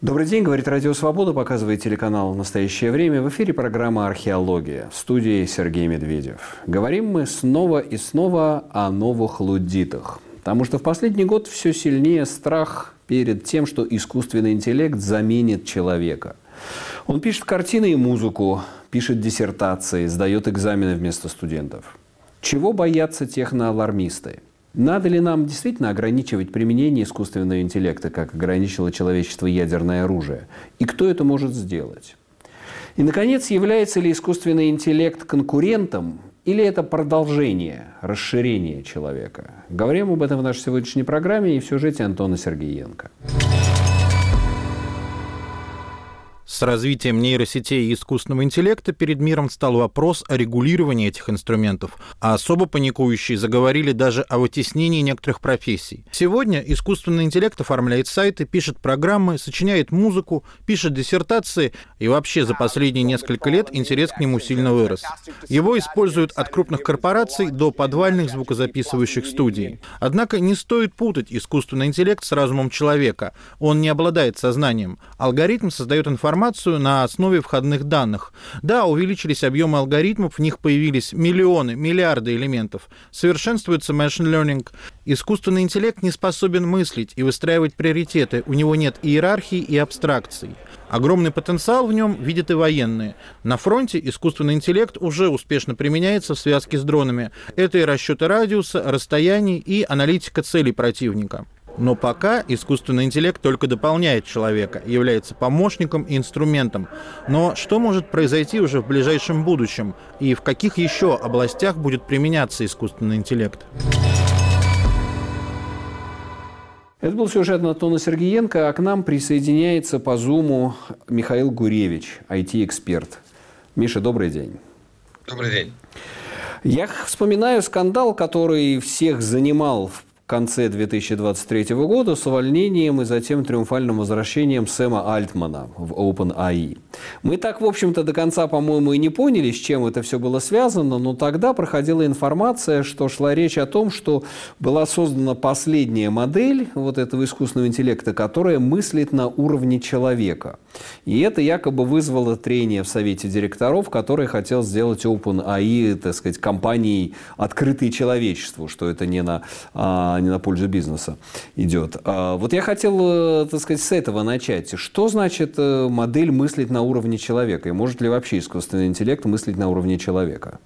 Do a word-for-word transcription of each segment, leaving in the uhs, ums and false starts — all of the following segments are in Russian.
Добрый день, говорит Радио Свобода, показывает телеканал «Настоящее время». В эфире программа «Археология». В студии Сергей Медведев. Говорим мы снова и снова о новых луддитах. Потому что в последний год все сильнее страх перед тем, что искусственный интеллект заменит человека. Он пишет картины и музыку, пишет диссертации, сдает экзамены вместо студентов. Чего боятся техноалармисты? Надо ли нам действительно ограничивать применение искусственного интеллекта, как ограничило человечество ядерное оружие? И кто это может сделать? И, наконец, является ли искусственный интеллект конкурентом или это продолжение, расширение человека? Говорим об этом в нашей сегодняшней программе и в сюжете Антона Сергеенко. С развитием нейросетей и искусственного интеллекта перед миром встал вопрос о регулировании этих инструментов, а особо паникующие заговорили даже о вытеснении некоторых профессий. Сегодня искусственный интеллект оформляет сайты, пишет программы, сочиняет музыку, пишет диссертации, и вообще за последние несколько лет интерес к нему сильно вырос. Его используют от крупных корпораций до подвальных звукозаписывающих студий. Однако не стоит путать искусственный интеллект с разумом человека. Он не обладает сознанием. Алгоритм создает информацию на основе входных данных. Да, увеличились объемы алгоритмов, в них появились миллионы, миллиарды элементов. Совершенствуется machine learning. Искусственный интеллект не способен мыслить и выстраивать приоритеты. У него нет иерархии и абстракций. Огромный потенциал в нем видят и военные. На фронте искусственный интеллект уже успешно применяется в связке с дронами. Это и расчеты радиуса, расстояний и аналитика целей противника. Но пока искусственный интеллект только дополняет человека, является помощником и инструментом. Но что может произойти уже в ближайшем будущем? И в каких еще областях будет применяться искусственный интеллект? Это был сюжет Антона Сергеенко, а к нам присоединяется по Зуму Михаил Гуревич, ай ти-эксперт. Миша, добрый день. Добрый день. Я вспоминаю скандал, который всех занимал в В конце две тысячи двадцать третьего года с увольнением и затем триумфальным возвращением Сэма Альтмана в OpenAI. Мы так, в общем-то, до конца, по-моему, и не поняли, с чем это все было связано, но тогда проходила информация, что шла речь о том, что была создана последняя модель вот этого искусственного интеллекта, которая мыслит на уровне человека. И это якобы вызвало трение в совете директоров, который хотел сделать OpenAI, так сказать, компанией, открытой человечеству, что это не на... а не на пользу бизнеса идет. Вот я хотел, так сказать, с этого начать. Что значит модель мыслить на уровне человека? И может ли вообще искусственный интеллект мыслить на уровне человека?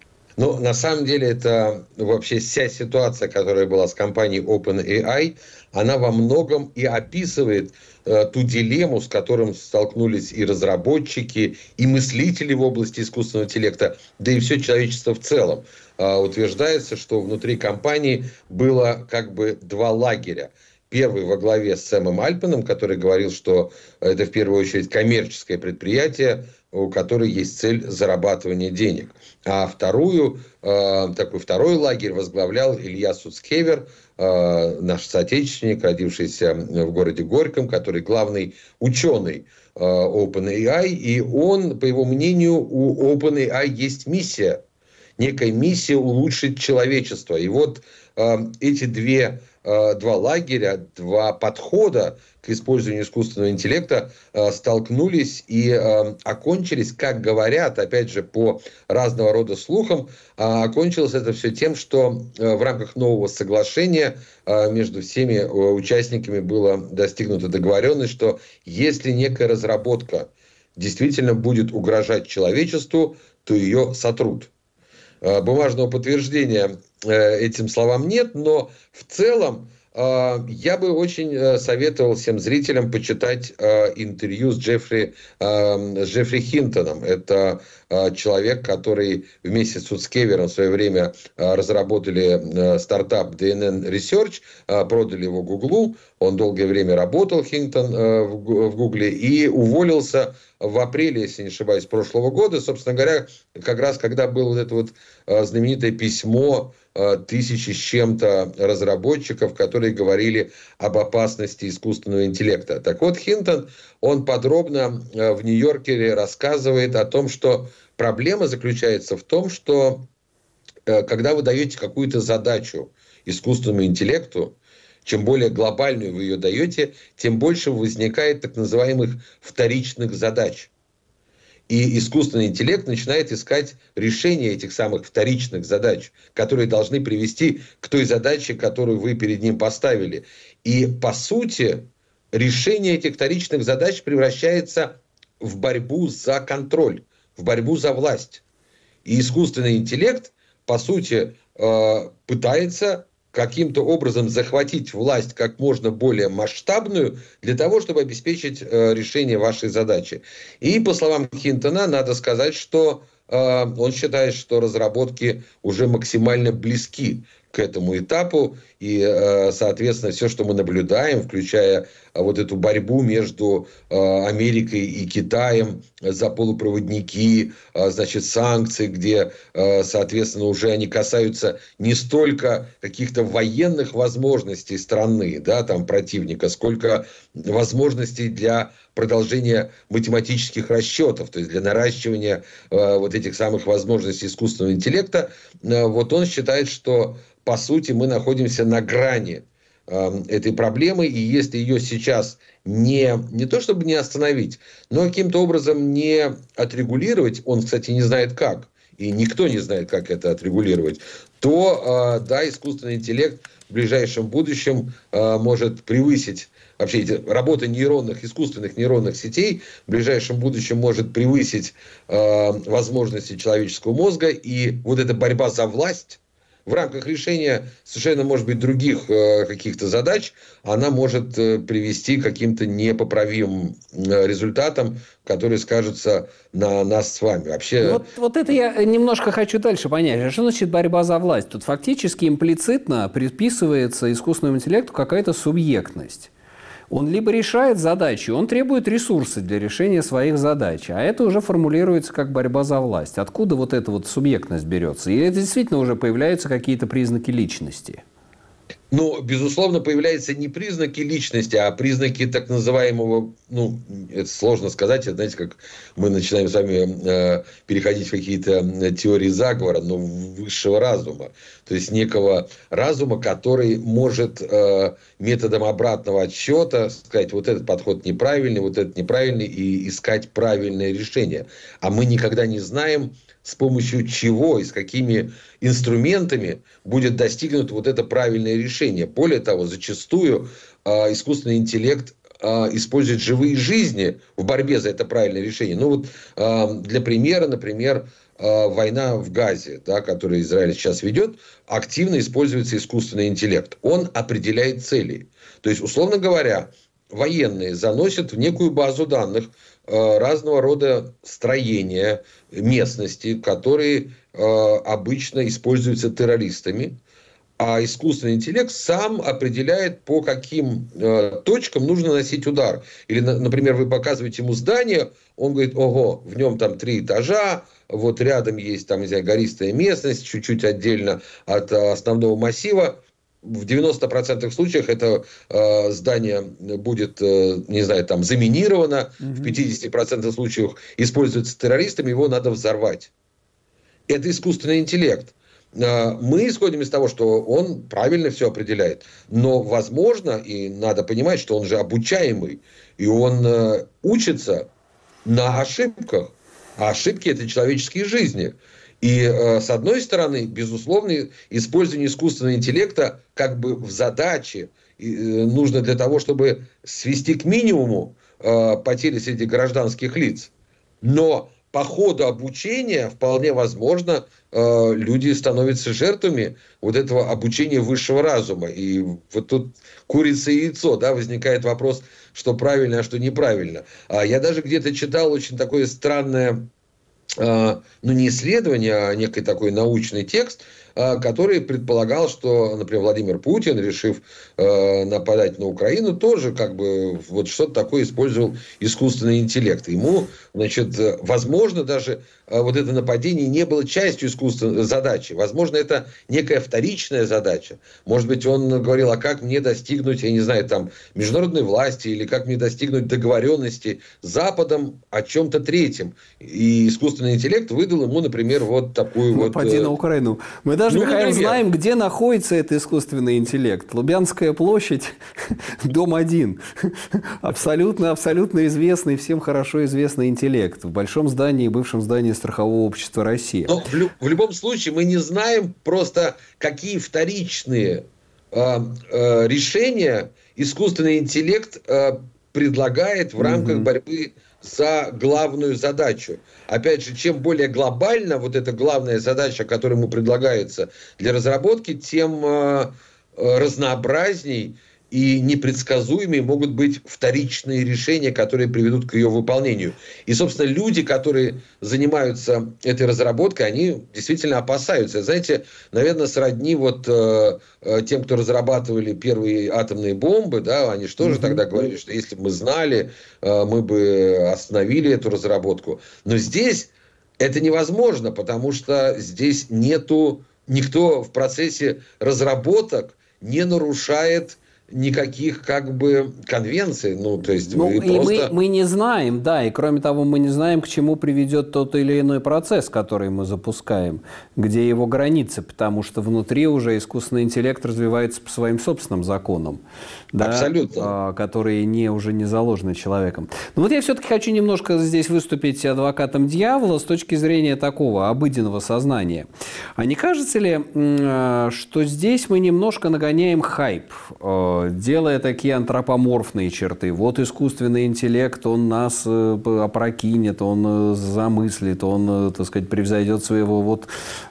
Ну, на самом деле, это вообще вся ситуация, которая была с компанией OpenAI, она во многом и описывает э, ту дилемму, с которым столкнулись и разработчики, и мыслители в области искусственного интеллекта, да и все человечество в целом. Э, утверждается, что внутри компании было как бы два лагеря. Первый во главе с Сэмом Альтманом, который говорил, что это в первую очередь коммерческое предприятие, у которой есть цель зарабатывания денег. А вторую, э, такой второй лагерь возглавлял Илья Суцкевер, э, наш соотечественник, родившийся в городе Горьком, который главный ученый э, OpenAI. И он, по его мнению, у OpenAI есть миссия, некая миссия улучшить человечество. И вот э, эти две два лагеря, два подхода к использованию искусственного интеллекта э, столкнулись и э, окончились, как говорят, опять же, по разного рода слухам, э, окончилось это все тем, что э, в рамках нового соглашения э, между всеми э, участниками была достигнута договоренность, что если некая разработка действительно будет угрожать человечеству, то ее сотрут. Бумажного подтверждения этим словам нет, но в целом я бы очень советовал всем зрителям почитать интервью с Джеффри, с Джеффри Хинтоном. Это человек, который вместе с Суцкевером в свое время разработали стартап ди эн эн Research, продали его Гуглу. Он долгое время работал, Хинтон, в Гугле, и уволился в апреле, если не ошибаюсь, прошлого года. Собственно говоря, как раз когда было вот это вот знаменитое письмо тысячи с чем-то разработчиков, которые говорили об опасности искусственного интеллекта. Так вот, Хинтон, он подробно в Нью-Йоркере рассказывает о том, что проблема заключается в том, что когда вы даете какую-то задачу искусственному интеллекту, чем более глобальную вы ее даете, тем больше возникает так называемых вторичных задач. И искусственный интеллект начинает искать решение этих самых вторичных задач, которые должны привести к той задаче, которую вы перед ним поставили. И, по сути, решение этих вторичных задач превращается в борьбу за контроль, в борьбу за власть. И искусственный интеллект, по сути, пытается каким-то образом захватить власть как можно более масштабную для того, чтобы обеспечить решение вашей задачи. И, по словам Хинтона, надо сказать, что он считает, что разработки уже максимально близки к этому этапу, и, соответственно, все, что мы наблюдаем, включая вот эту борьбу между Америкой и Китаем за полупроводники, значит, санкции, где, соответственно, уже они касаются не столько каких-то военных возможностей страны, да, там, противника, сколько возможностей для продолжения математических расчетов, то есть для наращивания вот этих самых возможностей искусственного интеллекта. Вот он считает, что по сути, мы находимся на грани э, этой проблемы, и если ее сейчас не, не то чтобы не остановить, но каким-то образом не отрегулировать, он, кстати, не знает как, и никто не знает, как это отрегулировать, то, э, да, искусственный интеллект в ближайшем будущем э, может превысить, вообще эти, работа нейронных, искусственных нейронных сетей в ближайшем будущем может превысить э, возможности человеческого мозга, и вот эта борьба за власть в рамках решения совершенно, может быть, других э, каких-то задач, она может э, привести к каким-то непоправимым э, результатам, которые скажутся на нас с вами. Вообще... Вот, вот это я немножко хочу дальше понять. А что значит борьба за власть? Тут фактически имплицитно приписывается искусственному интеллекту какая-то субъектность. Он либо решает задачи, он требует ресурсы для решения своих задач. А это уже формулируется как борьба за власть. Откуда вот эта вот субъектность берется? И это действительно уже появляются какие-то признаки личности. Ну, безусловно, появляются не признаки личности, а признаки так называемого, ну, это сложно сказать, это, знаете, как мы начинаем с вами э, переходить в какие-то теории заговора, но высшего разума. То есть некого разума, который может э, методом обратного отсчета сказать, вот этот подход неправильный, вот этот неправильный, и искать правильное решение. А мы никогда не знаем, с помощью чего и с какими инструментами будет достигнуто вот это правильное решение. Более того, зачастую э, искусственный интеллект э, использует живые жизни в борьбе за это правильное решение. Ну вот э, для примера, например, э, война в Газе, да, которую Израиль сейчас ведет, активно используется искусственный интеллект. Он определяет цели. То есть, условно говоря, военные заносят в некую базу данных разного рода строения местности, которые э, обычно используются террористами, а искусственный интеллект сам определяет, по каким э, точкам нужно наносить удар. Или, на, например, вы показываете ему здание, он говорит, ого, в нем там три этажа, вот рядом есть там, не знаю, гористая местность, чуть-чуть отдельно от э, основного массива. В девяноста процентах случаев это э, здание будет, э, не знаю, там заминировано, mm-hmm. в пятидесяти процентах случаев используется террористами, его надо взорвать. Это искусственный интеллект. Э, мы исходим из того, что он правильно все определяет. Но возможно, и надо понимать, что он же обучаемый, и он э, учится на ошибках. А ошибки – это человеческие жизни. И, э, с одной стороны, безусловно, использование искусственного интеллекта как бы в задаче э, нужно для того, чтобы свести к минимуму э, потери среди гражданских лиц. Но по ходу обучения вполне возможно э, люди становятся жертвами вот этого обучения высшего разума. И вот тут курица и яйцо, да, возникает вопрос, что правильно, а что неправильно. А я даже где-то читал очень такое странное, ну, не исследование, а некий такой научный текст, который предполагал, что, например, Владимир Путин, решив нападать на Украину, тоже как бы вот что-то такое использовал искусственный интеллект. Ему, значит, возможно, даже вот это нападение не было частью искусственной задачи. Возможно, это некая вторичная задача. Может быть, он говорил, а как мне достигнуть, я не знаю, там, международной власти, или как мне достигнуть договоренности с Западом о чем-то третьем. И искусственный интеллект выдал ему, например, вот такую вот... Напади на Украину. Мы даже, ну, Михаил, например, знаем, где находится этот искусственный интеллект. Лубянская площадь, дом один. Абсолютно, абсолютно известный, всем хорошо известный интеллект. В большом здании, бывшем здании Страхового общества России. Но в, лю- в любом случае мы не знаем просто, какие вторичные э, э, решения искусственный интеллект э, предлагает в рамках mm-hmm. борьбы за главную задачу. Опять же, чем более глобальна вот эта главная задача, которая ему предлагается для разработки, тем э, э, разнообразней и непредсказуемые могут быть вторичные решения, которые приведут к ее выполнению. И, собственно, люди, которые занимаются этой разработкой, они действительно опасаются. Знаете, наверное, сродни вот э, тем, кто разрабатывали первые атомные бомбы, да, они же тоже mm-hmm. тогда говорили, что если бы мы знали, э, мы бы остановили эту разработку. Но здесь это невозможно, потому что здесь нету, никто в процессе разработок не нарушает никаких как бы конвенций, ну то есть ну, вы и просто... мы, мы не знаем, да, и кроме того мы не знаем, к чему приведет тот или иной процесс, который мы запускаем, где его границы, потому что внутри уже искусственный интеллект развивается по своим собственным законам, да, абсолютно, которые не, уже не заложены человеком. Но вот я все-таки хочу немножко здесь выступить адвокатом дьявола с точки зрения такого обыденного сознания. А не кажется ли, что здесь мы немножко нагоняем хайп, делая такие антропоморфные черты? Вот искусственный интеллект, он нас опрокинет, он замыслит, он, так сказать, превзойдет своего вот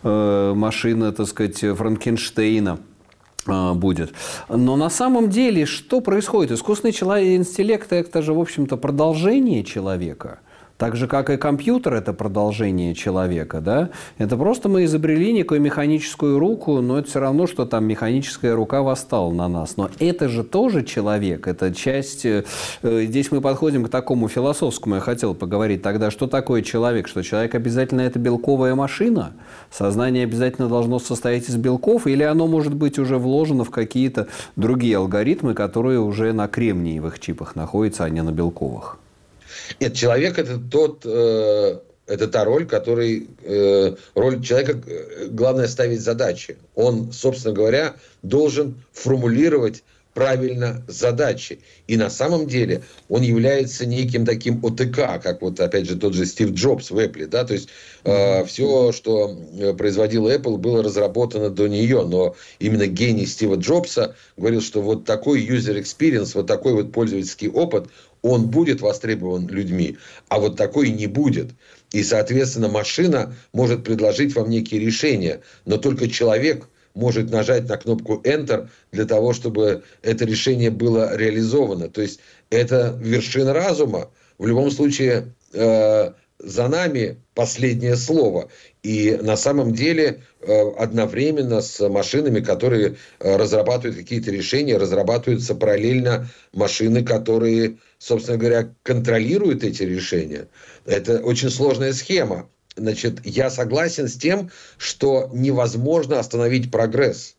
машины, так сказать, Франкенштейна будет. Но на самом деле что происходит? Искусственный интеллект – это же, в общем-то, продолжение человека. Так же, как и компьютер – это продолжение человека, да? Это просто мы изобрели некую механическую руку, но это все равно, что там механическая рука восстала на нас. Но это же тоже человек, это часть… Здесь мы подходим к такому философскому, я хотел поговорить тогда, что такое человек? Что человек обязательно это белковая машина? Сознание обязательно должно состоять из белков? Или оно может быть уже вложено в какие-то другие алгоритмы, которые уже на кремниевых чипах находятся, а не на белковых? Нет, человек это тот, э, это та роль, который, э, роль человека, главное ставить задачи. Он, собственно говоря, должен формулировать правильно задачи. И на самом деле он является неким таким ОТК, как вот опять же тот же Стив Джобс в Apple, да, то есть э, все, что производил Apple, было разработано до нее, но именно гений Стива Джобса говорил, что вот такой user experience, вот такой вот пользовательский опыт, он будет востребован людьми, а вот такой не будет. И, соответственно, машина может предложить вам некие решения, но только человек может нажать на кнопку Enter для того, чтобы это решение было реализовано. То есть это вершина разума. В любом случае, э, за нами последнее слово. И на самом деле э, одновременно с машинами, которые э, разрабатывают какие-то решения, разрабатываются параллельно машины, которые, собственно говоря, контролируют эти решения. Это очень сложная схема. Значит, я согласен с тем, что невозможно остановить прогресс.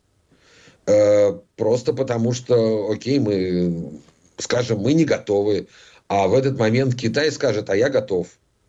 Э, просто потому что, окей, мы скажем, мы не готовы. А в этот момент Китай скажет, а я готов.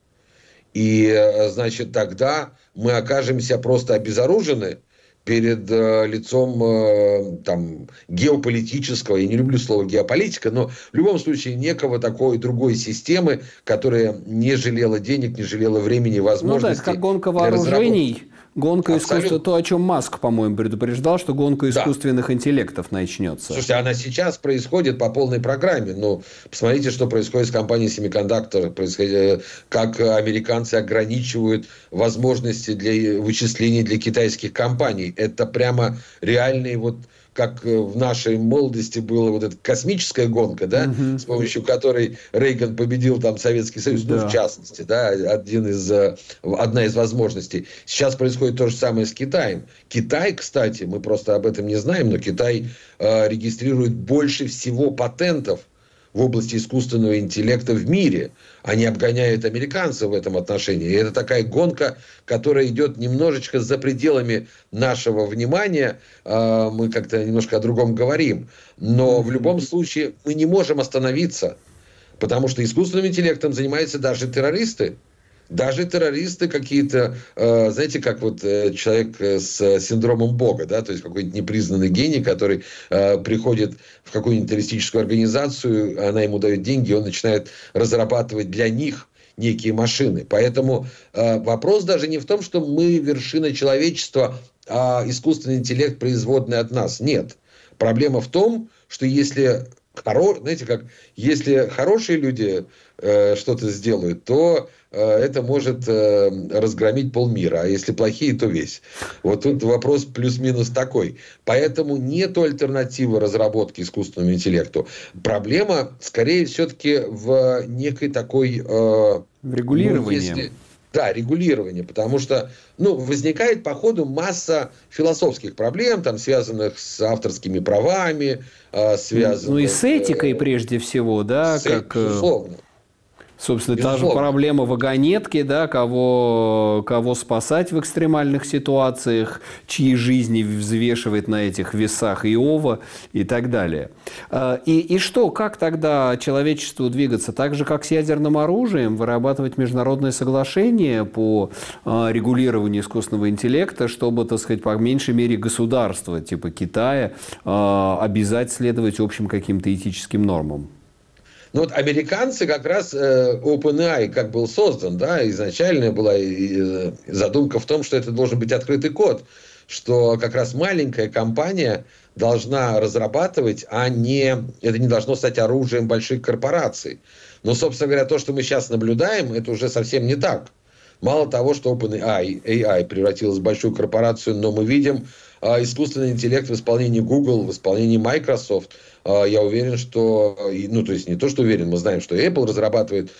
И, значит, тогда мы окажемся просто обезоружены перед э, лицом э, там, геополитического, я не люблю слово геополитика, но в любом случае некого такой другой системы, которая не жалела денег, не жалела времени, возможностей. Ну да, как гонка вооружений, гонка искусства, то, о чем Маск, по-моему, предупреждал, что гонка искусственных да. интеллектов начнется. Слушайте, она сейчас происходит по полной программе. Ну, посмотрите, что происходит с компанией Semiconductor, как американцы ограничивают возможности для вычислений для китайских компаний. Это прямо реальные вот как в нашей молодости была вот эта космическая гонка, да, угу. с помощью которой Рейган победил там Советский Союз, да. ну, в частности, да, один из, одна из возможностей. Сейчас происходит то же самое с Китаем. Китай, кстати, мы просто об этом не знаем, но Китай э, регистрирует больше всего патентов в области искусственного интеллекта в мире. Они обгоняют американцев в этом отношении. И это такая гонка, которая идет немножечко за пределами нашего внимания. Мы как-то немножко о другом говорим. Но в любом случае мы не можем остановиться. Потому что искусственным интеллектом занимаются даже террористы. Даже террористы какие-то, э, знаете, как вот э, человек с синдромом Бога, да, то есть какой-нибудь непризнанный гений, который э, приходит в какую-нибудь террористическую организацию, она ему дает деньги, и он начинает разрабатывать для них некие машины. Поэтому э, вопрос даже не в том, что мы вершина человечества, а искусственный интеллект производный от нас. Нет. Проблема в том, что если... Хоро... Знаете, как если хорошие люди э, что-то сделают, то э, это может э, разгромить полмира, а если плохие, то весь. Вот тут вопрос плюс-минус такой. Поэтому нету альтернативы разработке искусственному интеллекту. Проблема, скорее, все-таки в некой такой... Э, регулировании. Ну, если... Да, регулирование, потому что ну, возникает по ходу масса философских проблем, там, связанных с авторскими правами, э, связанных... Ну и с этикой, прежде всего, да? С, как, безусловно. Собственно, Безусловно. та же проблема вагонетки, да, кого, кого спасать в экстремальных ситуациях, чьи жизни взвешивает на этих весах Иова и так далее. И, и что, как тогда человечеству двигаться? Так же, как с ядерным оружием, вырабатывать международные соглашения по регулированию искусственного интеллекта, чтобы, так сказать, по меньшей мере государства, типа Китая, обязать следовать общим каким-то этическим нормам? Ну вот американцы как раз э, OpenAI как был создан, да, изначально была э, задумка в том, что это должен быть открытый код, что как раз маленькая компания должна разрабатывать, а не это не должно стать оружием больших корпораций. Но, собственно говоря, то, что мы сейчас наблюдаем, это уже совсем не так. Мало того, что OpenAI эй ай превратилась в большую корпорацию, но мы видим э, искусственный интеллект в исполнении Google, в исполнении Microsoft. Я уверен, что... Ну, то есть, не то, что уверен, мы знаем, что Apple разрабатывает,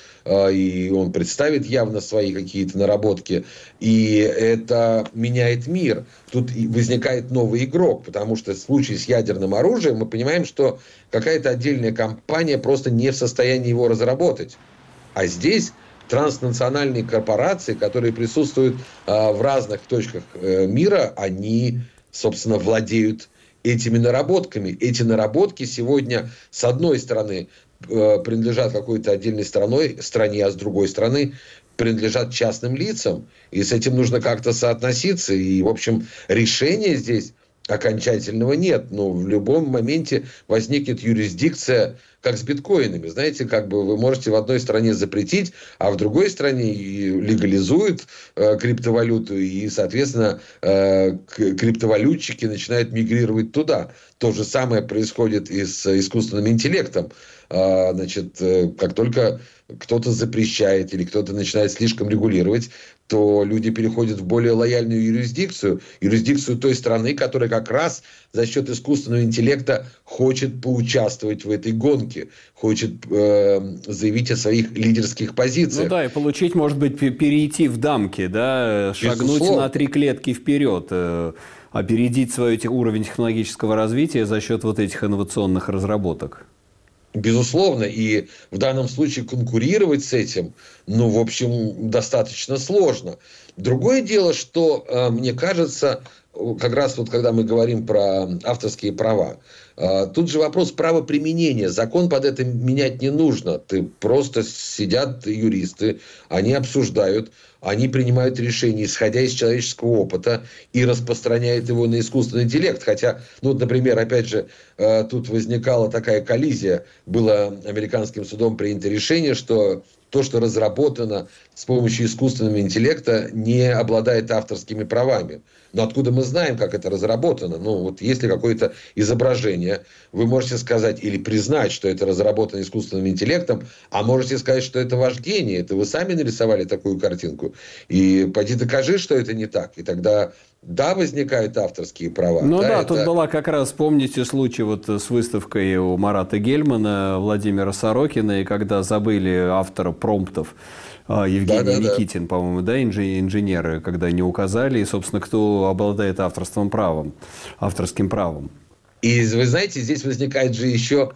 и он представит явно свои какие-то наработки. И это меняет мир. Тут возникает новый игрок, потому что в случае с ядерным оружием мы понимаем, что какая-то отдельная компания просто не в состоянии его разработать. А здесь транснациональные корпорации, которые присутствуют в разных точках мира, они, собственно, владеют этими наработками. Эти наработки сегодня, с одной стороны, принадлежат какой-то отдельной страной, стране, а с другой стороны, принадлежат частным лицам. И с этим нужно как-то соотноситься. И, в общем, решения здесь окончательного нет. Но в любом моменте возникнет юрисдикция, как с биткоинами. Знаете, как бы вы можете в одной стране запретить, а в другой стране легализуют э, криптовалюту, и, соответственно, э, криптовалютчики начинают мигрировать туда. То же самое происходит и с искусственным интеллектом. Э, значит, э, как только кто-то запрещает или кто-то начинает слишком регулировать, то люди переходят в более лояльную юрисдикцию, юрисдикцию той страны, которая как раз за счет искусственного интеллекта хочет поучаствовать в этой гонке, хочет э, заявить о своих лидерских позициях. Ну да, и получить, может быть, перейти в дамки, да, шагнуть Безусловно. на три клетки вперед, э, опередить свой уровень технологического развития за счет вот этих инновационных разработок. Безусловно, и в данном случае конкурировать с этим, ну, в общем, достаточно сложно. Другое дело, что, э, мне кажется, как раз вот когда мы говорим про авторские права, э, тут же вопрос правоприменения. Закон под это менять не нужно. Ты просто сидят юристы, они обсуждают, они принимают решения, исходя из человеческого опыта, и распространяют его на искусственный интеллект. Хотя, ну, например, опять же, э, тут возникала такая коллизия. Было американским судом принято решение, что то, что разработано с помощью искусственного интеллекта, не обладает авторскими правами. Но откуда мы знаем, как это разработано? Ну, вот если какое-то изображение, вы можете сказать или признать, что это разработано искусственным интеллектом, а можете сказать, что это ваш гений, это вы сами нарисовали такую картинку. И пойди докажи, что это не так. И тогда, да, возникают авторские права. Ну да, да это... тут была как раз, помните, случай вот с выставкой у Марата Гельмана, Владимира Сорокина, и когда забыли автора промптов, Евгений да, да, Никитин, да. по-моему, да, инженеры, когда не указали, и, собственно, кто обладает авторским правом, авторским правом. И вы знаете, здесь возникает же еще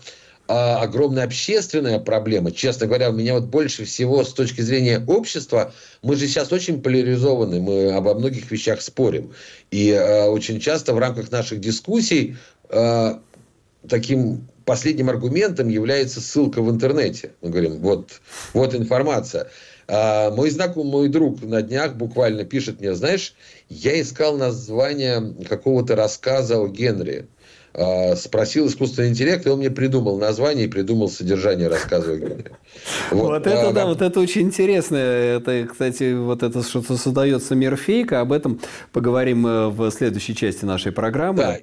а огромная общественная проблема. Честно говоря, у меня вот больше всего с точки зрения общества, мы же сейчас очень поляризованы, мы обо многих вещах спорим. И э, очень часто в рамках наших дискуссий э, таким последним аргументом является ссылка в интернете. Мы говорим, вот, вот информация. А мой знакомый, мой друг на днях буквально пишет мне, знаешь, я искал название какого-то рассказа о Генри. А, спросил искусственный интеллект, и он мне придумал название и придумал содержание рассказа о Генри. Вот, вот это, а, да, вот это очень интересно. Это, кстати, вот это, что создается мир фейка, об этом поговорим в следующей части нашей программы. Да.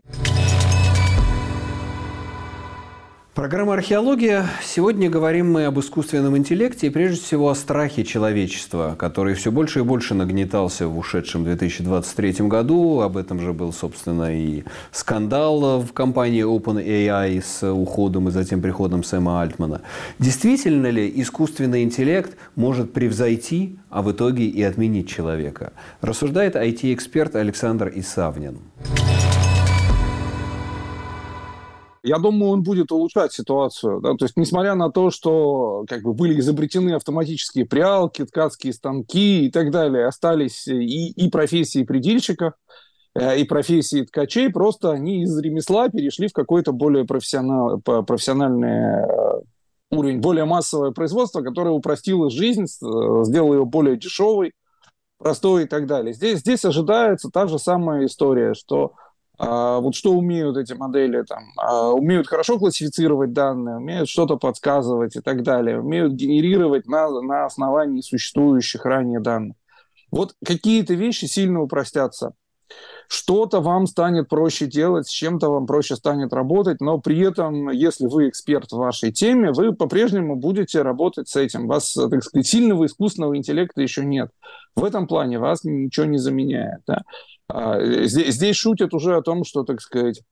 Программа «Археология». Сегодня говорим мы об искусственном интеллекте и, прежде всего, о страхе человечества, который все больше и больше нагнетался в ушедшем две тысячи двадцать третьем году. Об этом же был, собственно, и скандал в компании OpenAI с уходом и затем приходом Сэма Альтмана. Действительно ли искусственный интеллект может превзойти, а в итоге и отменить человека? Рассуждает ай ти-эксперт Александр Исавнин. Я думаю, он будет улучшать ситуацию. Да? То есть, несмотря на то, что как бы, были изобретены автоматические прялки, ткацкие станки и так далее, остались и, и профессии предельщиков, и профессии ткачей, просто они из ремесла перешли в какой-то более профессионал, профессиональный уровень, более массовое производство, которое упростило жизнь, сделало ее более дешевой, простой и так далее. Здесь, здесь ожидается та же самая история, что А вот что умеют эти модели? Там, а, умеют хорошо классифицировать данные, умеют что-то подсказывать и так далее, умеют генерировать на, на основании существующих ранее данных. Вот какие-то вещи сильно упростятся. Что-то вам станет проще делать, с чем-то вам проще станет работать, но при этом, если вы эксперт в вашей теме, вы по-прежнему будете работать с этим. У вас, так сказать, сильного искусственного интеллекта еще нет. В этом плане вас ничего не заменяет. Да? Здесь, здесь шутят уже о том, что, так сказать,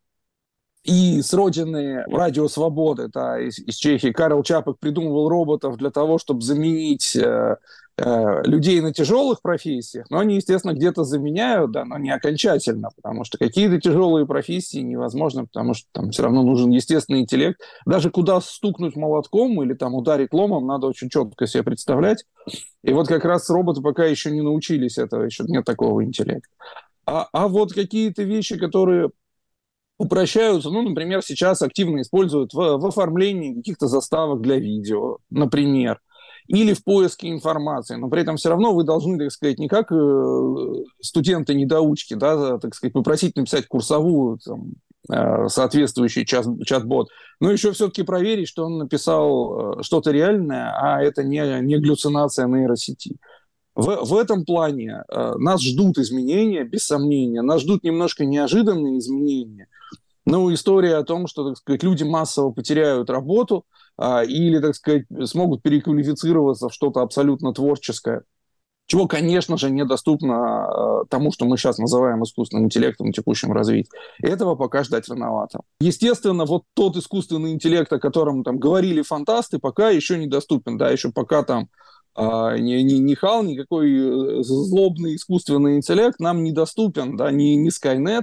и с родины радио свободы, да, из, из Чехии, Карл Чапек придумывал роботов для того, чтобы заменить э, э, людей на тяжелых профессиях, но они, естественно, где-то заменяют, да, но не окончательно, потому что какие-то тяжелые профессии невозможно, потому что там все равно нужен естественный интеллект. Даже куда стукнуть молотком или там ударить ломом, надо очень четко себе представлять. И вот как раз роботы пока еще не научились этого, еще нет такого интеллекта. А, а вот какие-то вещи, которые упрощаются, ну, например, сейчас активно используют в, в оформлении каких-то заставок для видео, например, или в поиске информации, но при этом все равно вы должны, так сказать, не как э, студенты-недоучки, да, так сказать, попросить написать курсовую, там, э, соответствующий чат, чат-бот, но еще все-таки проверить, что он написал э, что-то реальное, а это не, не галлюцинация нейросети. В, в этом плане э, нас ждут изменения, без сомнения, нас ждут немножко неожиданные изменения. Ну, история о том, что, так сказать, люди массово потеряют работу э, или, так сказать, смогут переквалифицироваться в что-то абсолютно творческое, чего, конечно же, недоступно э, тому, что мы сейчас называем искусственным интеллектом в текущем развитии. Этого пока ждать рановато. Естественно, вот тот искусственный интеллект, о котором там говорили фантасты, пока еще недоступен, да, еще пока там ни, ни, ни Хал, никакой злобный искусственный интеллект нам недоступен, да, ни, ни Skynet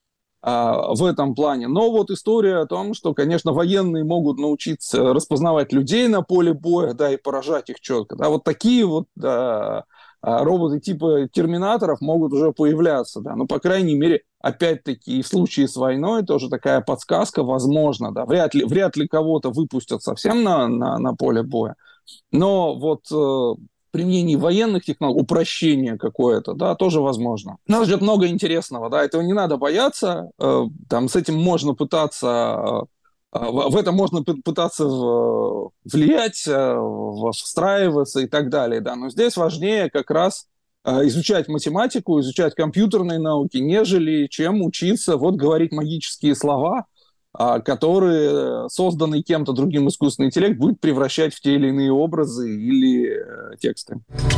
а, в этом плане. Но вот история о том, что, конечно, военные могут научиться распознавать людей на поле боя, да, и поражать их четко. Да, вот такие вот да, роботы типа терминаторов могут уже появляться, да, но, по крайней мере, опять-таки, в случае с войной тоже такая подсказка возможна, да, вряд ли, вряд ли кого-то выпустят совсем на, на, на поле боя. Но вот э, применение военных технологий, упрощение какое-то, да, тоже возможно. Нас ждет много интересного, да, этого не надо бояться, э, там с этим можно пытаться, э, в это можно пытаться в, влиять, э, встраиваться и так далее, да, но здесь важнее как раз э, изучать математику, изучать компьютерные науки, нежели чем учиться вот говорить магические слова, которые созданный кем-то другим искусственный интеллект будет превращать в те или иные образы или э, тексты.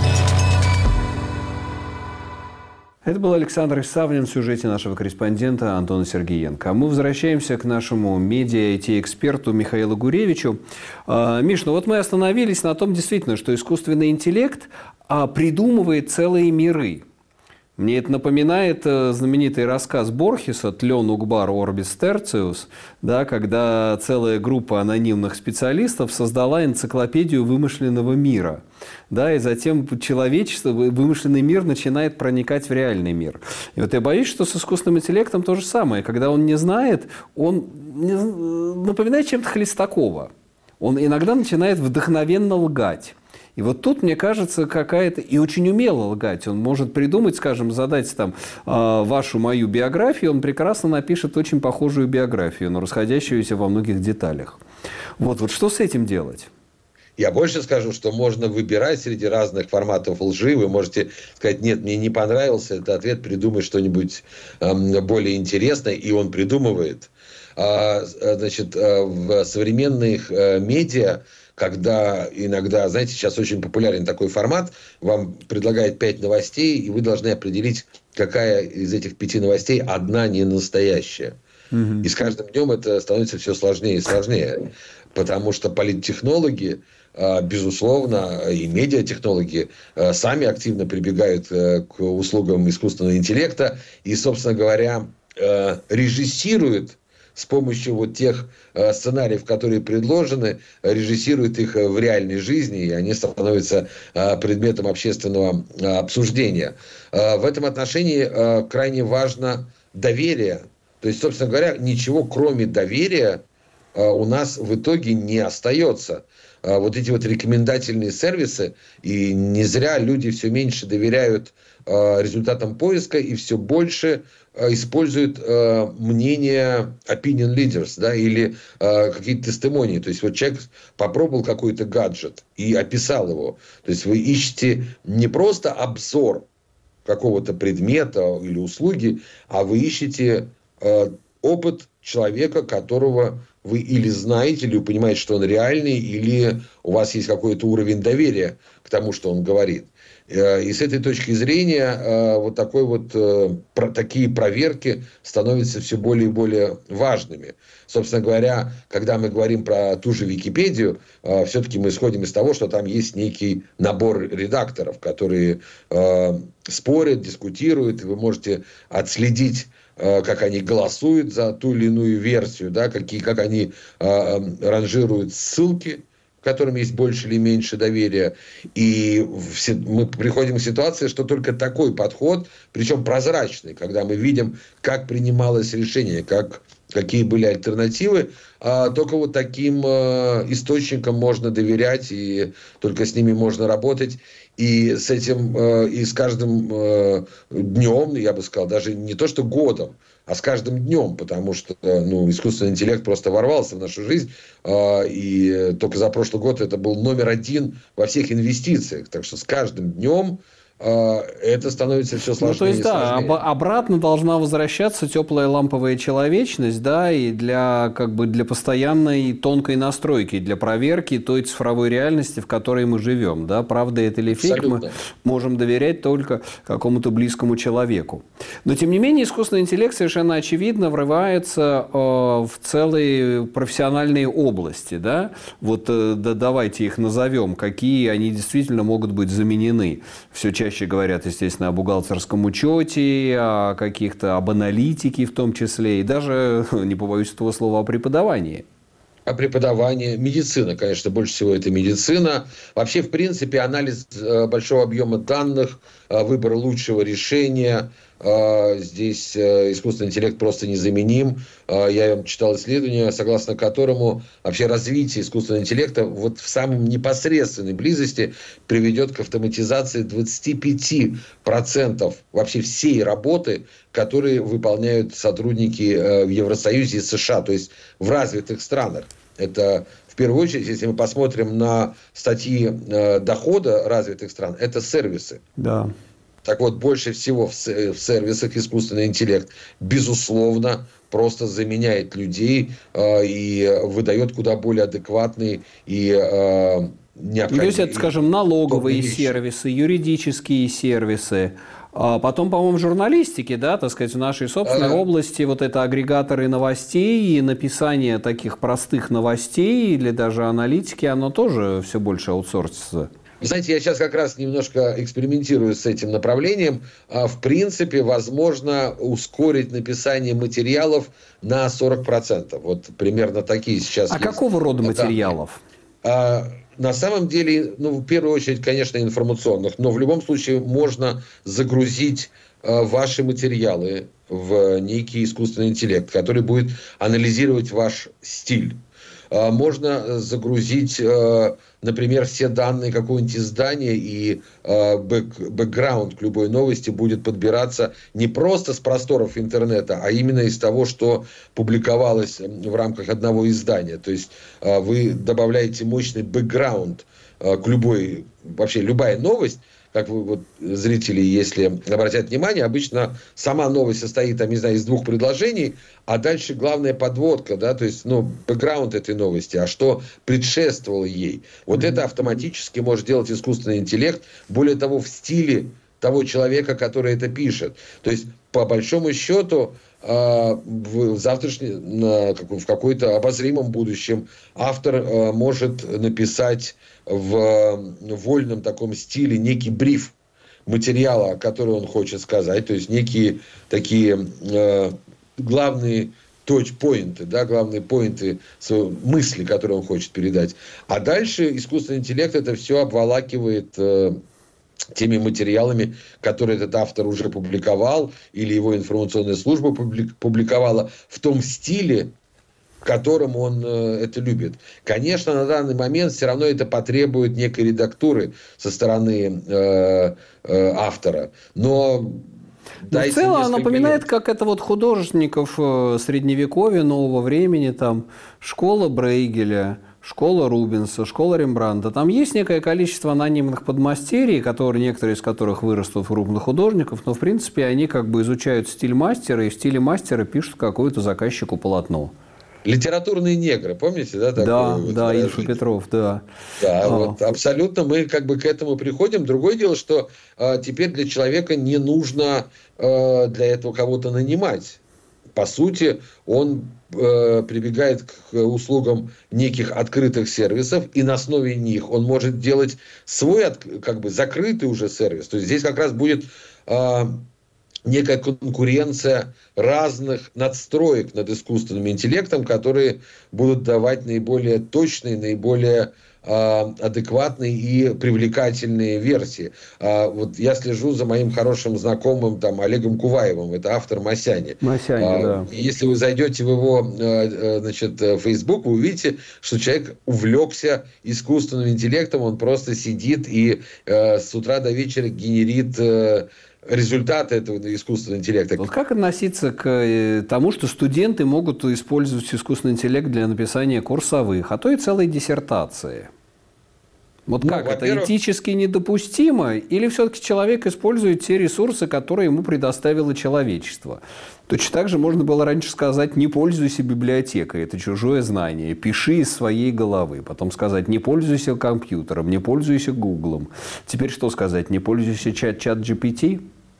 Это был Александр Исавнин в сюжете нашего корреспондента Антона Сергеенко. А мы возвращаемся к нашему медиа-ай ти-эксперту Михаилу Гуревичу. Миш, ну вот мы остановились на том, действительно, что искусственный интеллект придумывает целые миры. Мне это напоминает знаменитый рассказ Борхеса «Тлен угбар орбис терциус», да, когда целая группа анонимных специалистов создала энциклопедию вымышленного мира. Да, и затем человечество, вымышленный мир начинает проникать в реальный мир. И вот я боюсь, что с искусственным интеллектом то же самое. Когда он не знает, он напоминает чем-то Хлестакова. Он иногда начинает вдохновенно лгать. И вот тут, мне кажется, какая-то... И очень умело лгать. Он может придумать, скажем, задать там вашу, мою биографию, он прекрасно напишет очень похожую биографию, но расходящуюся во многих деталях. Вот, вот что с этим делать? Я больше скажу, что можно выбирать среди разных форматов лжи. Вы можете сказать, нет, мне не понравился этот ответ, придумай что-нибудь э, более интересное, и он придумывает. А, значит, в современных э, медиа, когда иногда, знаете, сейчас очень популярен такой формат, вам предлагают пять новостей, и вы должны определить, какая из этих пяти новостей одна не настоящая. Mm-hmm. И с каждым днем это становится все сложнее и сложнее, потому что политтехнологи, безусловно, и медиатехнологи сами активно прибегают к услугам искусственного интеллекта и, собственно говоря, режиссируют с помощью вот тех э, сценариев, которые предложены, режиссируют их в реальной жизни, и они становятся э, предметом общественного э, обсуждения. Э, в этом отношении э, крайне важно доверие. То есть, собственно говоря, ничего кроме доверия э, у нас в итоге не остается. Э, вот эти вот рекомендательные сервисы, и не зря люди все меньше доверяют э, результатам поиска и все больше используют э, мнение opinion leaders, да, или э, какие-то тестимонии. То есть, вот человек попробовал какой-то гаджет и описал его. То есть, вы ищете не просто обзор какого-то предмета или услуги, а вы ищете э, опыт человека, которого вы или знаете, или вы понимаете, что он реальный, или у вас есть какой-то уровень доверия к тому, что он говорит. И с этой точки зрения вот, такой вот такие проверки становятся все более и более важными. Собственно говоря, когда мы говорим про ту же Википедию, все-таки мы исходим из того, что там есть некий набор редакторов, которые спорят, дискутируют, и вы можете отследить, как они голосуют за ту или иную версию, да, какие, как они ранжируют ссылки, которым есть больше или меньше доверия. И мы приходим к ситуации, что только такой подход, причем прозрачный, когда мы видим, как принималось решение, как, какие были альтернативы, а только вот таким э, источникам можно доверять, и только с ними можно работать. И с этим, э, и с каждым э, днем, я бы сказал, даже не то что годом, а с каждым днем, потому что ну, искусственный интеллект просто ворвался в нашу жизнь, э, и только за прошлый год это был номер один во всех инвестициях. Так что с каждым днем э, это становится все сложнее. Ну, то есть, и да, об- обратно должна возвращаться теплая ламповая человечность, да, и для, как бы, для постоянной тонкой настройки, для проверки той цифровой реальности, в которой мы живем. Да, правда это или фейк, мы можем доверять только какому-то близкому человеку. Но, тем не менее, искусственный интеллект совершенно очевидно врывается э, в целые профессиональные области. Да? Вот э, да, давайте их назовем, какие они действительно могут быть заменены. Все чаще говорят, естественно, о бухгалтерском учете, о каких-то, об аналитике в том числе, и даже, не побоюсь этого слова, о преподавании. О преподавании. Медицина, конечно, больше всего это медицина. Вообще, в принципе, анализ большого объема данных, выбор лучшего решения. Здесь искусственный интеллект просто незаменим. Я читал исследование, согласно которому вообще развитие искусственного интеллекта вот в самой непосредственной близости приведет к автоматизации двадцати пяти процентов вообще всей работы, которые выполняют сотрудники в Евросоюзе и США, то есть в развитых странах. Это в первую очередь, если мы посмотрим на статьи дохода развитых стран, это сервисы. Да. Так вот, больше всего в сервисах искусственный интеллект, безусловно, просто заменяет людей э, и выдает куда более адекватные и э, необходимые... То есть, это, скажем, налоговые сервисы, юридические сервисы, а потом, по-моему, журналистики, да, так сказать, в нашей собственной ага. области вот это агрегаторы новостей и написание таких простых новостей или даже аналитики, оно тоже все больше аутсорсится. Знаете, я сейчас как раз немножко экспериментирую с этим направлением. В принципе, возможно ускорить написание материалов на сорок процентов. Вот примерно такие сейчас А есть. какого рода материалов? А, на самом деле, ну, в первую очередь, конечно, информационных. Но в любом случае можно загрузить а, ваши материалы в некий искусственный интеллект, который будет анализировать ваш стиль. Можно загрузить, например, все данные какого-нибудь издания, и бэк, бэкграунд к любой новости будет подбираться не просто с просторов интернета, а именно из того, что публиковалось в рамках одного издания. То есть вы добавляете мощный бэкграунд к любой, вообще любая новость. Как вы, вот, зрители, если обратят внимание, обычно сама новость состоит, там, не знаю, из двух предложений, а дальше главная подводка, да, то есть, ну, бэкграунд этой новости, а что предшествовало ей. Вот mm-hmm. это автоматически может делать искусственный интеллект, более того, в стиле того человека, который это пишет. То есть, по большому счету, в завтрашнем, в какой-то обозримом будущем автор может написать в вольном таком стиле некий бриф материала, который он хочет сказать, то есть некие такие э, главные точпоинты, да, главные поинты мысли, которые он хочет передать. А дальше искусственный интеллект это все обволакивает э, теми материалами, которые этот автор уже публиковал, или его информационная служба публиковала в том стиле, которым он э, это любит. Конечно, на данный момент все равно это потребует некой редактуры со стороны э, э, автора. Но... Но в целом она напоминает, лет. как это вот художников э, средневековья, нового времени, там, школа Брейгеля, школа Рубенса, школа Рембрандта. Там есть некое количество анонимных подмастерий, которые, некоторые из которых вырастут в крупных художников, но, в принципе, они как бы изучают стиль мастера, и в стиле мастера пишут какое-то заказчику полотно. Литературные негры, помните, да? Да, вот да, Ильф и Петров, да. Да, а. вот абсолютно мы как бы к этому приходим. Другое дело, что а, теперь для человека не нужно а, для этого кого-то нанимать. По сути, он а, прибегает к услугам неких открытых сервисов, и на основе них он может делать свой как бы закрытый уже сервис. То есть здесь как раз будет... А, некая конкуренция разных надстроек над искусственным интеллектом, которые будут давать наиболее точные, наиболее э, адекватные и привлекательные версии. А, вот я слежу за моим хорошим знакомым там, Олегом Куваевым, это автор Масяни. Масяни, а, да. Если вы зайдете в его э, значит, Facebook, вы увидите, что человек увлекся искусственным интеллектом, он просто сидит и э, с утра до вечера генерит э, результаты этого искусственного интеллекта. Вот как относиться к тому, что студенты могут использовать искусственный интеллект для написания курсовых, а то и целой диссертации? Вот ну, как это этически недопустимо? Или все-таки человек использует те ресурсы, которые ему предоставило человечество? Точно так же можно было раньше сказать: не пользуйся библиотекой, это чужое знание, пиши из своей головы. Потом сказать: не пользуйся компьютером, не пользуйся Гуглом. Теперь что сказать: не пользуйся чат, чат джи пи ти?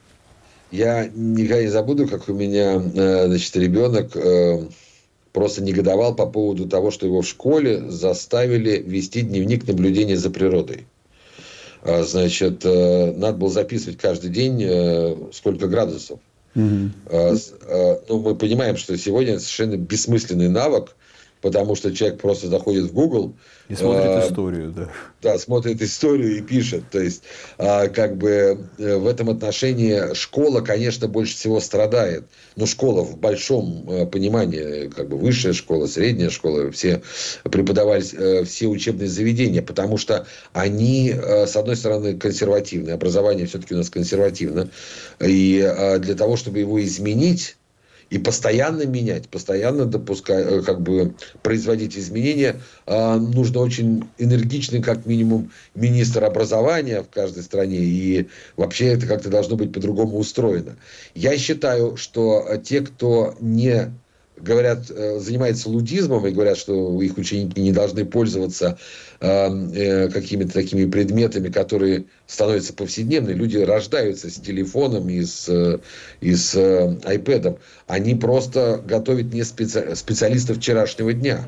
Я никогда не забуду, как у меня, значит, ребенок просто негодовал по поводу того, что его в школе заставили вести дневник наблюдения за природой. Значит, надо было записывать каждый день, сколько градусов. Mm-hmm. Ну, мы понимаем, что сегодня это совершенно бессмысленный навык, потому что человек просто заходит в Google и смотрит э, историю, да. Да, смотрит историю и пишет. То есть, э, как бы э, в этом отношении школа, конечно, больше всего страдает. Но школа в большом э, понимании, как бы высшая школа, средняя школа, все преподавались, э, все учебные заведения, потому что они, э, с одной стороны, консервативны. Образование все-таки у нас консервативно. И э, для того, чтобы его изменить, и постоянно менять, постоянно допускать, как бы производить изменения, нужно очень энергичный, как минимум, министр образования в каждой стране. И вообще это как-то должно быть по-другому устроено. Я считаю, что те, кто не говорят, занимаются лудизмом и говорят, что их ученики не должны пользоваться э, какими-то такими предметами, которые становятся повседневными. Люди рождаются с телефоном и с, и с э, айпэдом. Они просто готовят не специ... специалистов вчерашнего дня.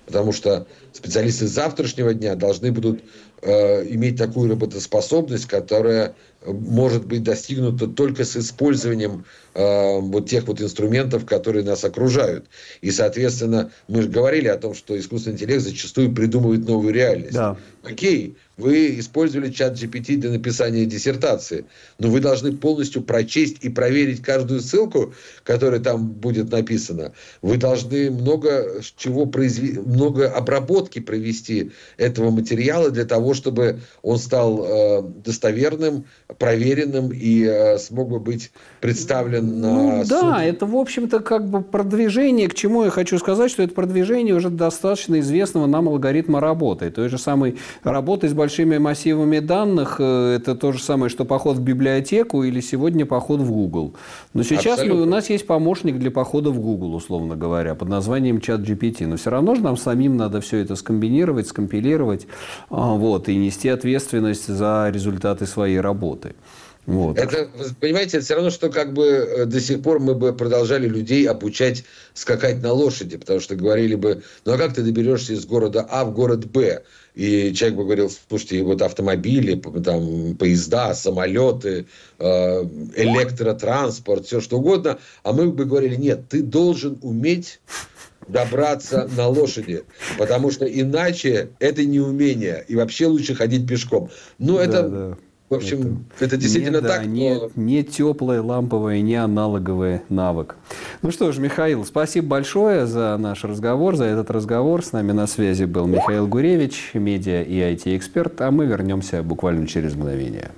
Потому что специалисты завтрашнего дня должны будут э, иметь такую работоспособность, которая может быть достигнута только с использованием э, вот тех вот инструментов, которые нас окружают. И, соответственно, мы же говорили о том, что искусственный интеллект зачастую придумывает новую реальность. Да. Окей, вы использовали чат джи пи ти для написания диссертации, но вы должны полностью прочесть и проверить каждую ссылку, которая там будет написана. Вы должны много чего произвести, много обработки провести этого материала для того, чтобы он стал э, достоверным, проверенным и э, смог бы быть представлен на ну, суд. Да, это, в общем-то, как бы продвижение, к чему я хочу сказать, что это продвижение уже достаточно известного нам алгоритма работы. Той же самой работы с большими массивами данных, это то же самое, что поход в библиотеку или сегодня поход в Google. Но сейчас мы, у нас есть помощник для похода в Google, условно говоря, под названием чат джи пи ти. Но все равно же нам самим надо все это скомбинировать, скомпилировать, вот, и нести ответственность за результаты своей работы. Вот. Это, понимаете, это все равно, что как бы до сих пор мы бы продолжали людей обучать скакать на лошади, потому что говорили бы, ну а как ты доберешься из города А в город Б? И человек бы говорил, слушайте, вот автомобили, там, поезда, самолеты, электротранспорт, все что угодно, а мы бы говорили, нет, ты должен уметь добраться на лошади, потому что иначе это не умение, и вообще лучше ходить пешком. Ну, да, это... Да. В общем, это, это действительно не, так. Да, не, но... не теплый, ламповый, не аналоговый навык. Ну что ж, Михаил, спасибо большое за наш разговор, за этот разговор. С нами на связи был Михаил Гуревич, медиа и ай ти-эксперт, а мы вернемся буквально через мгновение.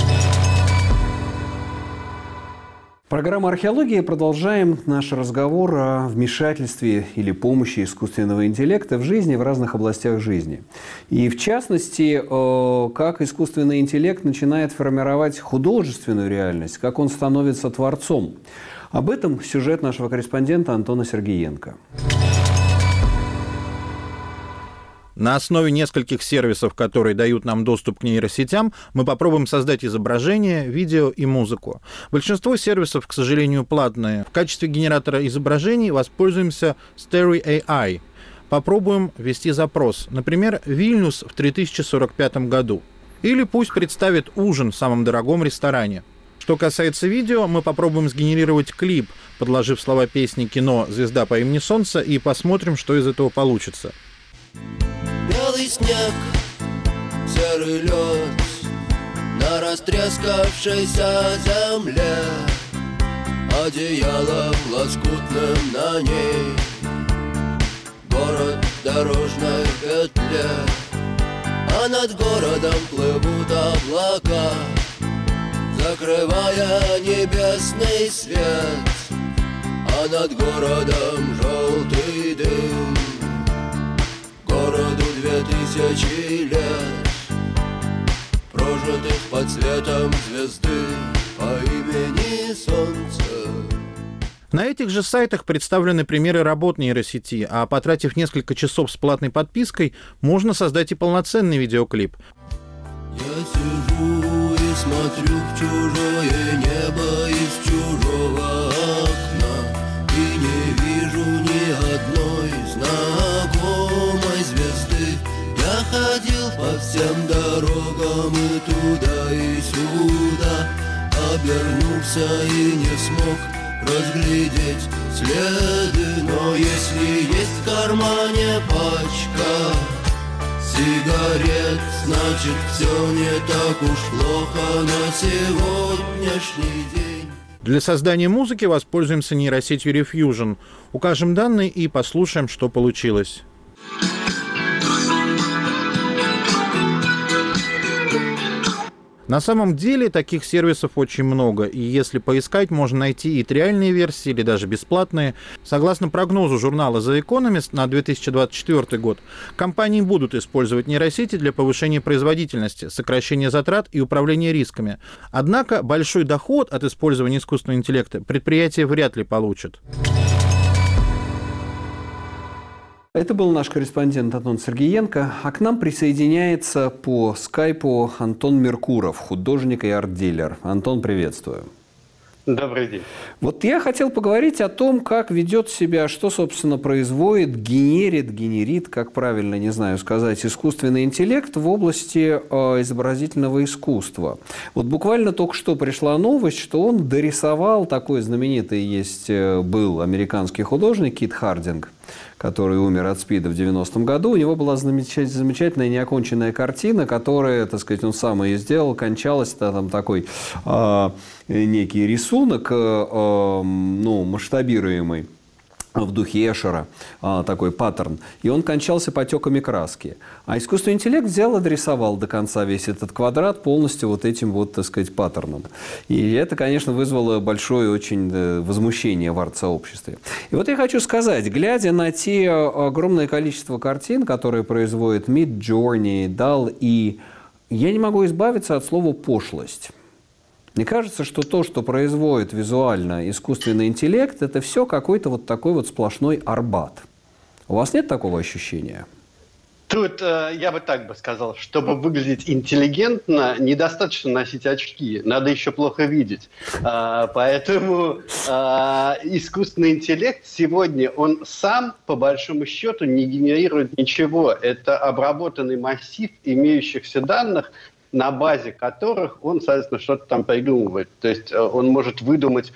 Программа «Археология». Продолжаем наш разговор о вмешательстве или помощи искусственного интеллекта в жизни, в разных областях жизни. И в частности, как искусственный интеллект начинает формировать художественную реальность, как он становится творцом. Об этом сюжет нашего корреспондента Антона Сергеенко. На основе нескольких сервисов, которые дают нам доступ к нейросетям, мы попробуем создать изображение, видео и музыку. Большинство сервисов, к сожалению, платные. В качестве генератора изображений воспользуемся Stary эй ай. Попробуем ввести запрос. Например, Вильнюс в три тысячи сорок пятом году. Или пусть представит ужин в самом дорогом ресторане. Что касается видео, мы попробуем сгенерировать клип, подложив слова песни кино «Звезда по имени Солнце» и посмотрим, что из этого получится. Белый снег, серый лед на растрескавшейся земле, одеялом лоскутным на ней, город в дорожной петле, а над городом плывут облака, закрывая небесный свет, а над городом желтый дым. Городу две тысячи лет, прожитых под светом звезды по имени Солнце. На этих же сайтах представлены примеры работ нейросети, а потратив несколько часов с платной подпиской, можно создать и полноценный видеоклип. Я сижу и смотрю в чужое небо из чужого окна и не вижу ни одной знакомой звезды. Я ходил по всем дорогам и туда и сюда, обернулся и не смог разглядеть следы. Но если есть в кармане пачка сигарет, значит все не так уж плохо на сегодняшний день. Для создания музыки воспользуемся нейросетью Refusion. Укажем данные и послушаем, что получилось. На самом деле таких сервисов очень много, и если поискать, можно найти и триальные версии, или даже бесплатные. Согласно прогнозу журнала The Economist на две тысячи двадцать четвёртый год, компании будут использовать нейросети для повышения производительности, сокращения затрат и управления рисками. Однако большой доход от использования искусственного интеллекта предприятия вряд ли получат. Это был наш корреспондент Антон Сергеенко, а к нам присоединяется по скайпу Антон Меркуров, художник и арт-дилер. Антон, приветствую. Добрый день. Вот я хотел поговорить о том, как ведет себя, что, собственно, производит, генерит, генерит, как правильно, не знаю сказать, искусственный интеллект в области э, изобразительного искусства. Вот буквально только что пришла новость, что он дорисовал, такой знаменитый есть, э, был американский художник Кит Хардинг, который умер от СПИДа в девяностом году. У него была замечательная неоконченная картина, которая, так сказать, он сам ее сделал, кончалась, там такой э, некий рисунок, э, э, ну, масштабируемый в духе Эшера, э, такой паттерн, и он кончался потеками краски. А искусственный интеллект взял, адресовал до конца весь этот квадрат полностью вот этим вот, так сказать, паттерном. И это, конечно, вызвало большое очень возмущение в арт-сообществе. И вот я хочу сказать, глядя на те огромное количество картин, которые производит Midjourney, Dall-E, я не могу избавиться от слова «пошлость». Мне кажется, что то, что производит визуально искусственный интеллект, это все какой-то вот такой вот сплошной Арбат. У вас нет такого ощущения? Тут э, я бы так бы сказал, чтобы выглядеть интеллигентно, недостаточно носить очки, надо еще плохо видеть. Э, поэтому э, искусственный интеллект сегодня, он сам, по большому счету, не генерирует ничего. Это обработанный массив имеющихся данных, на базе которых он, соответственно, что-то там придумывает. То есть он может выдумать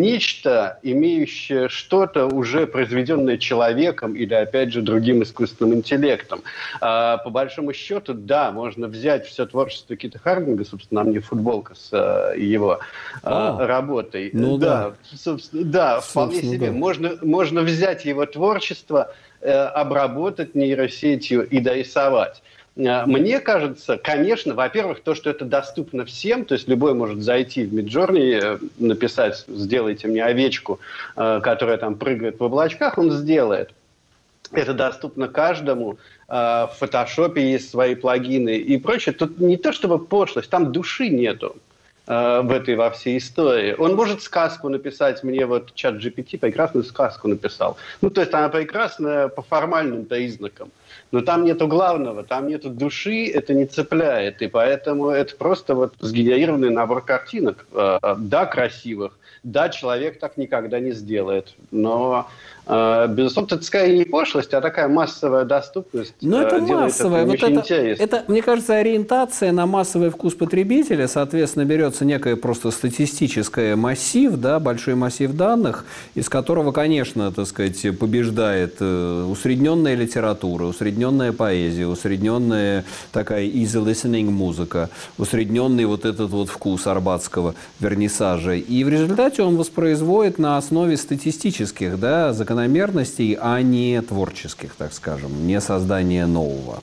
нечто, имеющее что-то уже произведенное человеком или, опять же, другим искусственным интеллектом. А, по большому счету, да, можно взять все творчество Кита Хардинга, собственно, на мне футболка с а, его а, а, работой. Ну да, да, собственно, да вполне собственно, себе. Да. Можно, можно взять его творчество, э, обработать нейросетью и дорисовать. Мне кажется, конечно, во-первых, то, что это доступно всем, то есть любой может зайти в Midjourney, написать «сделайте мне овечку», которая там прыгает в облачках, он сделает. Это доступно каждому. В Photoshop есть свои плагины и прочее. Тут не то чтобы пошлость, там души нету в этой во всей истории. Он может сказку написать, мне вот чат джи пи ти прекрасную сказку написал. Ну, то есть она прекрасная по формальным признакам. Но там нету главного, там нету души, это не цепляет. И поэтому это просто вот сгенерированный набор картинок. Да, красивых. Да, человек так никогда не сделает. Но, безусловно, это скорее не пошлость, а такая массовая доступность. Но это массовая. Это, вот это, это, мне кажется, ориентация на массовый вкус потребителя. Соответственно, берется некое просто статистическое массив, да, большой массив данных, из которого, конечно, так сказать, побеждает усредненная литература, усредненная поэзия, усредненная такая easy listening музыка, усредненный вот этот вот вкус арбатского вернисажа. И в результате он воспроизводит на основе статистических, да, закономерностей, а не творческих, так скажем, не создания нового.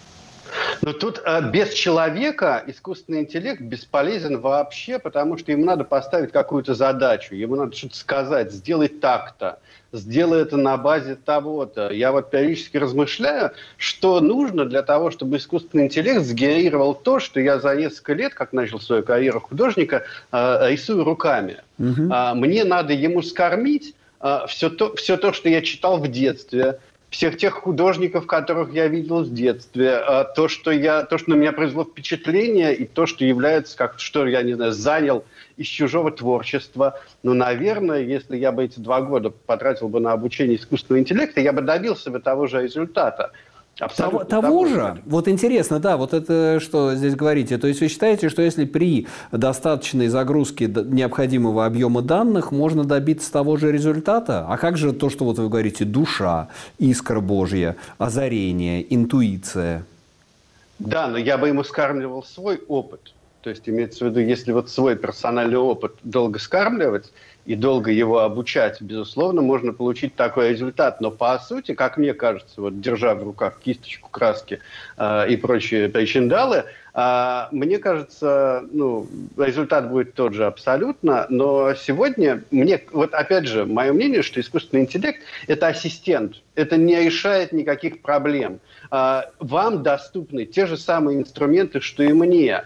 Но тут э, без человека искусственный интеллект бесполезен вообще, потому что ему надо поставить какую-то задачу, ему надо что-то сказать, сделай так-то, сделай это на базе того-то. Я вот периодически размышляю, что нужно для того, чтобы искусственный интеллект сгенерировал то, что я за несколько лет, как начал свою карьеру художника, э, рисую руками. Угу. А, мне надо ему скормить э, все, то, все то, что я читал в детстве, всех тех художников, которых я видел в детстве, то, что, я, то, что на меня произвело впечатление, и то, что является, как, что я, не знаю, занял из чужого творчества. Ну, наверное, если я бы эти два года потратил бы на обучение искусственного интеллекта, я бы добился бы того же результата. Того, того же? Вот интересно, да, вот это что здесь говорите. То есть вы считаете, что если при достаточной загрузке необходимого объема данных можно добиться того же результата? А как же то, что вот вы говорите, душа, искра Божья, озарение, интуиция? Да, но я бы ему скармливал свой опыт. То есть имеется в виду, если вот свой персональный опыт долго скармливать и долго его обучать, безусловно, можно получить такой результат. Но по сути, как мне кажется, вот держа в руках кисточку, краски э, и прочие причиндалы, э, мне кажется, ну, результат будет тот же абсолютно. Но сегодня мне, вот опять же, мое мнение, что искусственный интеллект – это ассистент, это не решает никаких проблем. Э, вам доступны те же самые инструменты, что и мне.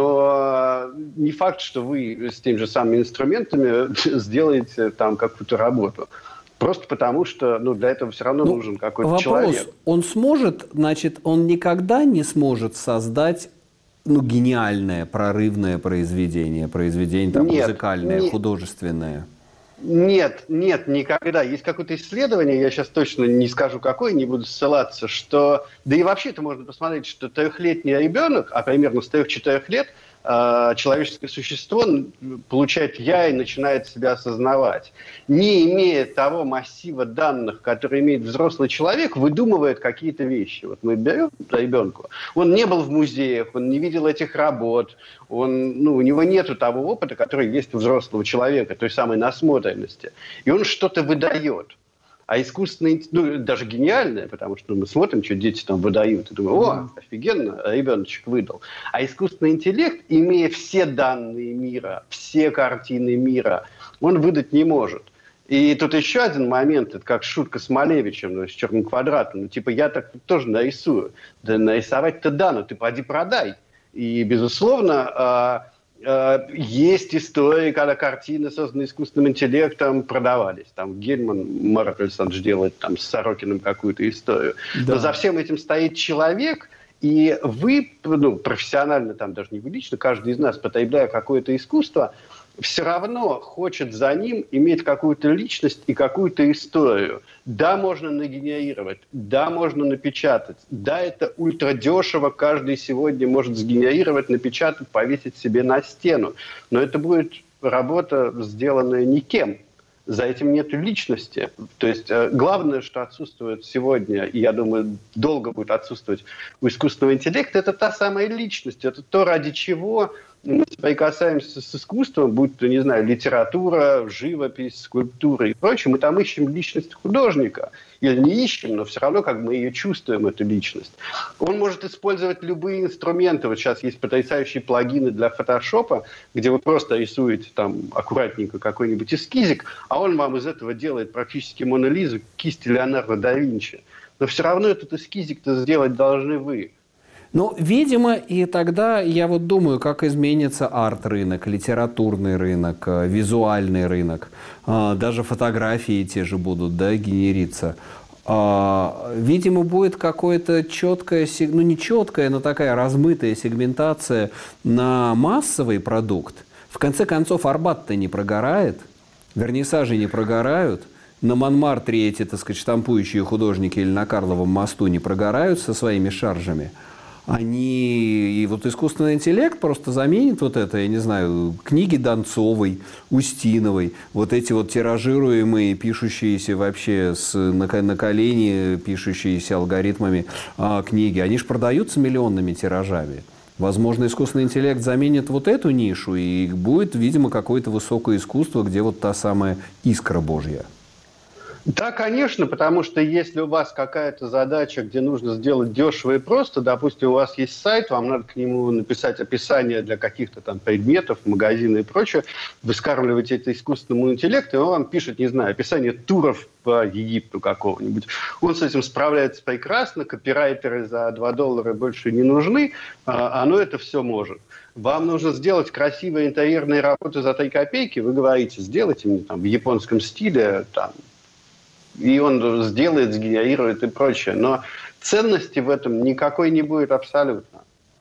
Но не факт, что вы с теми же самыми инструментами сделаете там какую-то работу. Просто потому, что ну, для этого все равно ну, нужен какой-то вопрос, человек. Он сможет, значит, он никогда не сможет создать ну, гениальное, прорывное произведение, произведение там, нет, музыкальное, нет. художественное? Нет, нет, никогда. Есть какое-то исследование, я сейчас точно не скажу какое, не буду ссылаться, что... Да и вообще-то можно посмотреть, что трехлетний ребенок, а примерно с трех-четырех лет, человеческое существо получает я и начинает себя осознавать. Не имея того массива данных, который имеет взрослый человек, выдумывает какие-то вещи. Вот мы берем ребенку, он не был в музеях, он не видел этих работ, он, ну, у него нет того опыта, который есть у взрослого человека, той самой насмотренности. И он что-то выдает. А искусственный, ну, даже гениальное, потому что мы смотрим, что дети там выдают, и думаем, о, офигенно, ребеночек выдал. А искусственный интеллект, имея все данные мира, все картины мира, он выдать не может. И тут еще один момент, это как шутка с Малевичем, ну, с черным квадратом. Ну, типа, я так тоже нарисую. Да нарисовать-то да, но ты поди продай. И, безусловно, есть истории, когда картины, созданные искусственным интеллектом, продавались. Там Гельман, Марк Александрович делает там с Сорокиным какую-то историю. Да. Но за всем этим стоит человек, и вы, ну, профессионально, там даже не вы лично, каждый из нас, потребляя какое-то искусство, все равно хочет за ним иметь какую-то личность и какую-то историю. Да, можно нагенерировать, да, можно напечатать, да, это ультрадешево, каждый сегодня может сгенерировать, напечатать, повесить себе на стену. Но это будет работа, сделанная никем. За этим нет личности. То есть э, главное, что отсутствует сегодня, и я думаю, долго будет отсутствовать у искусственного интеллекта, это та самая личность, это то, ради чего мы соприкасаемся с искусством, будь то, не знаю, литература, живопись, скульптура и прочее, мы там ищем личность художника. Или не ищем, но все равно как мы ее чувствуем, эту личность. Он может использовать любые инструменты. Вот сейчас есть потрясающие плагины для фотошопа, где вы просто рисуете там аккуратненько какой-нибудь эскизик, а он вам из этого делает практически Мону Лизу, кисти Леонардо да Винчи. Но все равно этот эскизик-то сделать должны вы. Ну, видимо, и тогда я вот думаю, как изменится арт-рынок, литературный рынок, визуальный рынок, даже фотографии те же будут, да, генериться. Видимо, будет какое-то четкое, ну не четкая, но такая размытая сегментация на массовый продукт. В конце концов, Арбат-то не прогорает, вернисажи не прогорают. На Монмартре эти, так сказать, штампующие художники или на Карловом мосту не прогорают со своими шаржами. Они, и вот искусственный интеллект просто заменит вот это, я не знаю, книги Донцовой, Устиновой, вот эти вот тиражируемые, пишущиеся вообще с, на, на колени, пишущиеся алгоритмами а, книги, они же продаются миллионными тиражами. Возможно, искусственный интеллект заменит вот эту нишу, и будет, видимо, какое-то высокое искусство, где вот та самая искра Божья. Да, конечно, потому что если у вас какая-то задача, где нужно сделать дешево и просто, допустим, у вас есть сайт, вам надо к нему написать описание для каких-то там предметов, магазина и прочее, вы скармливаете это искусственному интеллекту, и он вам пишет, не знаю, описание туров по Египту какого-нибудь. Он с этим справляется прекрасно, копирайтеры за два доллара больше не нужны, а оно это все может. Вам нужно сделать красивые интерьерные работы за три копейки, вы говорите, сделайте мне там в японском стиле, там, и он сделает, сгенерирует и прочее. Но ценности в этом никакой не будет абсолютно.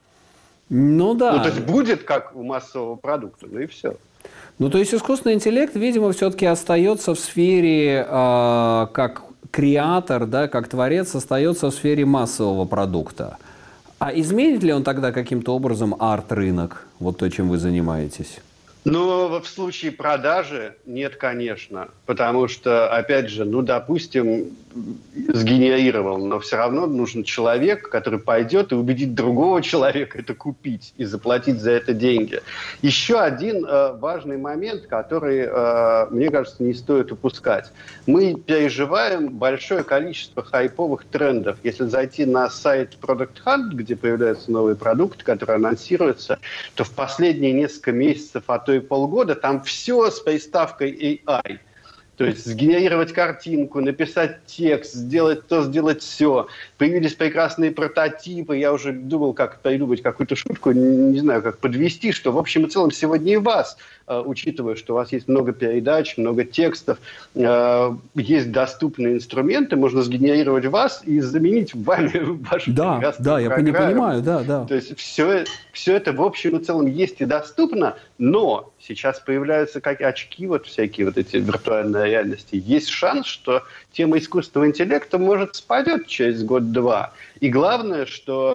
Ну да. Ну, то есть будет как у массового продукта, ну и все. Ну, то есть искусственный интеллект, видимо, все-таки остается в сфере, э, как креатор, да, как творец, остается в сфере массового продукта. А изменит ли он тогда каким-то образом арт-рынок, вот то, чем вы занимаетесь? Ну, в случае продажи нет, конечно. Потому что, опять же, ну, допустим, сгенерировал, но все равно нужен человек, который пойдет и убедит другого человека это купить и заплатить за это деньги. Еще один э, важный момент, который, э, мне кажется, не стоит упускать. Мы переживаем большое количество хайповых трендов. Если зайти на сайт Product Hunt, где появляются новые продукты, которые анонсируются, то в последние несколько месяцев, а то и полгода, там все с приставкой эй ай. То есть сгенерировать картинку, написать текст, сделать то, сделать все. Появились прекрасные прототипы. Я уже думал, как придумать какую-то шутку, не знаю, как подвести, что в общем и целом сегодня и вас, учитывая, что у вас есть много передач, много текстов, есть доступные инструменты, можно сгенерировать вас и заменить вами вашу да, прекрасную да, я программу. не понимаю, да, да. То есть все, все это в общем и целом есть и доступно, но сейчас появляются как очки, вот всякие вот эти виртуальные реальности. Есть шанс, что тема искусственного интеллекта может спадет через год-два. И главное, что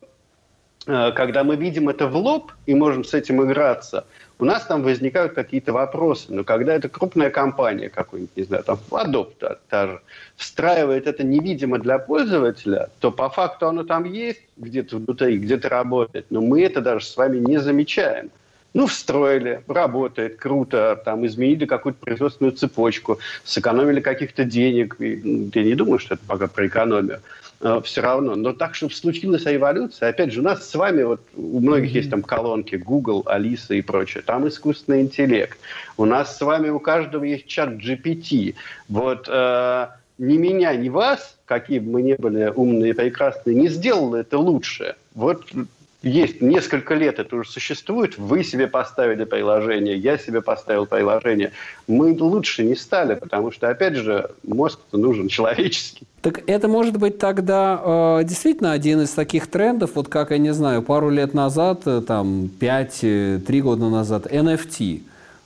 э, когда мы видим это в лоб и можем с этим играться, у нас там возникают какие-то вопросы. Но когда это крупная компания, какой-нибудь, не знаю, там Adobe та, та же, встраивает это невидимо для пользователя, то по факту оно там есть где-то внутри, где-то работает. Но мы это даже с вами не замечаем. Ну, встроили, работает, круто, там, изменили какую-то производственную цепочку, сэкономили каких-то денег. И, я не думаю, что это пока про экономию. Э, все равно. Но так, чтобы случилась революция, опять же, у нас с вами, вот у многих есть там колонки Google, Алиса и прочее, там искусственный интеллект. У нас с вами у каждого есть чат джи пи ти. Вот э, ни меня, ни вас, какие бы мы ни были умные и прекрасные, не сделало это лучше. Вот... Есть несколько лет это уже существует. Вы себе поставили приложение, я себе поставил приложение. Мы лучше не стали, потому что, опять же, мозг-то нужен человеческий. Так это может быть тогда э, действительно один из таких трендов, вот как, я не знаю, пару лет назад, там, пять-три года назад, эн эф ти.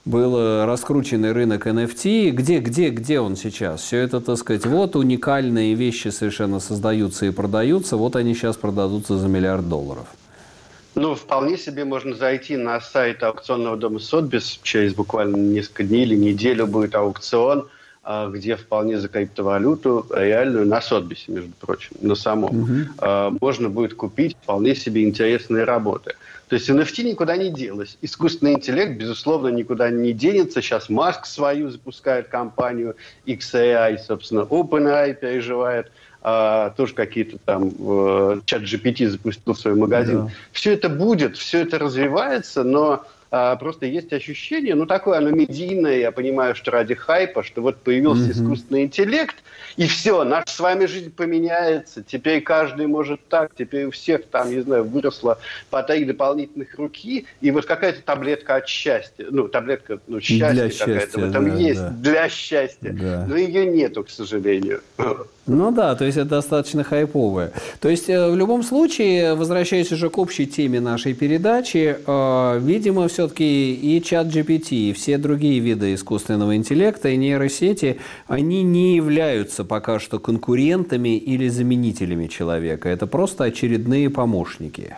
Был раскрученный рынок эн эф ти. Где, где, где он сейчас? Все это, так сказать, вот уникальные вещи совершенно создаются и продаются, вот они сейчас продадутся за миллиард долларов. Ну, вполне себе можно зайти на сайт аукционного дома Сотбис. Через буквально несколько дней или неделю будет аукцион, где вполне за криптовалюту реальную, на Сотбисе, между прочим, на самом, угу. можно будет купить вполне себе интересные работы. То есть эн эф ти никуда не делось. Искусственный интеллект, безусловно, никуда не денется. Сейчас Маск свою запускает компанию икс эй ай, собственно, OpenAI переживает. Uh, тоже какие-то там uh, чат джи пи ти запустил свой магазин. Да. Все это будет, все это развивается, но uh, просто есть ощущение, ну такое оно медийное, я понимаю, что ради хайпа, что вот появился mm-hmm. искусственный интеллект, и все, наша с вами жизнь поменяется, теперь каждый может так, теперь у всех там, не знаю, выросло по три дополнительных руки, и вот какая-то таблетка от счастья, ну таблетка, ну счастья какая-то в этом да, есть, да. для счастья, да. но ее нету, к сожалению. Ну да, то есть это достаточно хайповое. То есть в любом случае, возвращаясь уже к общей теме нашей передачи, э, видимо, все-таки и чат джи пи ти, и все другие виды искусственного интеллекта и нейросети, они не являются пока что конкурентами или заменителями человека. Это просто очередные помощники.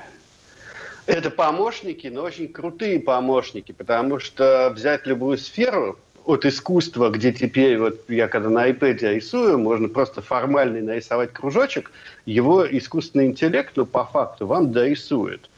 Это помощники, но очень крутые помощники, потому что взять любую сферу от искусства, где теперь, вот я когда на iPad рисую, можно просто формально нарисовать кружочек, его искусственный интеллект, ну, по факту, вам дорисует.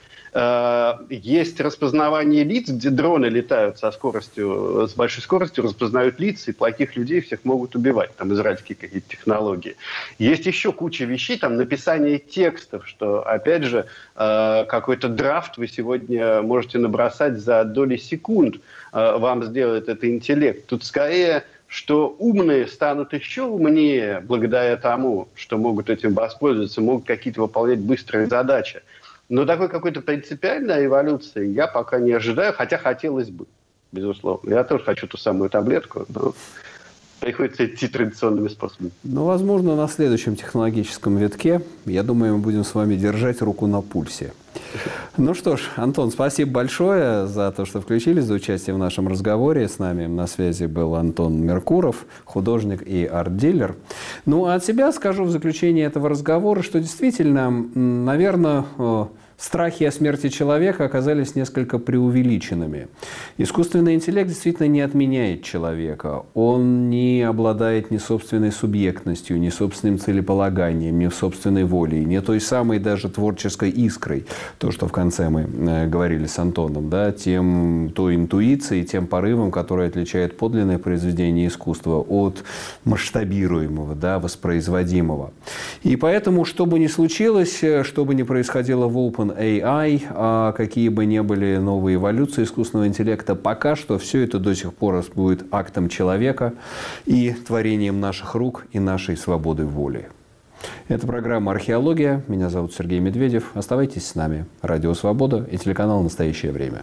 Есть распознавание лиц, где дроны летают со скоростью, с большой скоростью, распознают лица, и плохих людей всех могут убивать, там, израильские какие-то технологии. Есть еще куча вещей, там, написание текстов, что, опять же, какой-то драфт вы сегодня можете набросать за доли секунд, вам сделает это интеллект. Тут скорее, что умные станут еще умнее благодаря тому, что могут этим воспользоваться, могут какие-то выполнять быстрые задачи. Но такой какой-то принципиальной эволюции я пока не ожидаю, хотя хотелось бы, безусловно. Я тоже хочу ту самую таблетку, но приходится идти традиционными способами. Ну, возможно, на следующем технологическом витке, я думаю, мы будем с вами держать руку на пульсе. Ну что ж, Антон, спасибо большое за то, что включились, за участие в нашем разговоре. С нами на связи был Антон Меркуров, художник и арт-дилер. Ну, а от себя скажу в заключение этого разговора, что действительно, наверное, страхи о смерти человека оказались несколько преувеличенными. Искусственный интеллект действительно не отменяет человека. Он не обладает ни собственной субъектностью, ни собственным целеполаганием, ни собственной волей, ни той самой даже творческой искрой. То, что в конце мы говорили с Антоном, да, тем, той интуицией, тем порывом, который отличает подлинное произведение искусства от масштабируемого, да, воспроизводимого. И поэтому, что бы ни случилось, что бы ни происходило в Open OpenAI, а какие бы ни были новые эволюции искусственного интеллекта, пока что все это до сих пор будет актом человека и творением наших рук и нашей свободы воли. Это программа «Археология». Меня зовут Сергей Медведев. Оставайтесь с нами. Радио «Свобода» и телеканал «Настоящее время».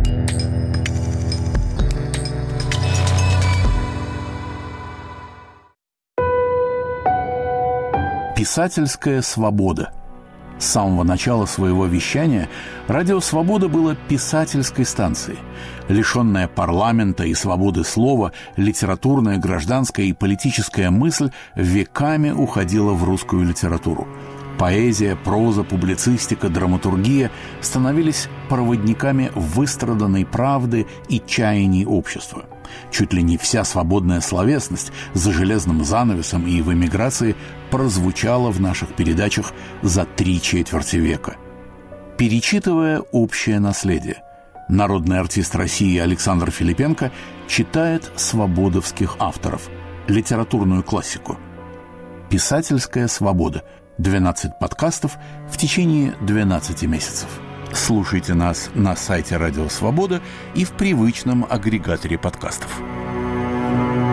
Писательская свобода. С самого начала своего вещания «Радио Свобода» было писательской станцией. Лишенная парламента и свободы слова, литературная, гражданская и политическая мысль веками уходила в русскую литературу. Поэзия, проза, публицистика, драматургия становились проводниками выстраданной правды и чаяний общества. Чуть ли не вся свободная словесность за железным занавесом и в эмиграции прозвучала в наших передачах за три четверти века. Перечитывая общее наследие, народный артист России Александр Филипенко читает свободовских авторов, литературную классику. «Писательская свобода». двенадцать подкастов в течение двенадцати месяцев. Слушайте нас на сайте «Радио Свобода» и в привычном агрегаторе подкастов.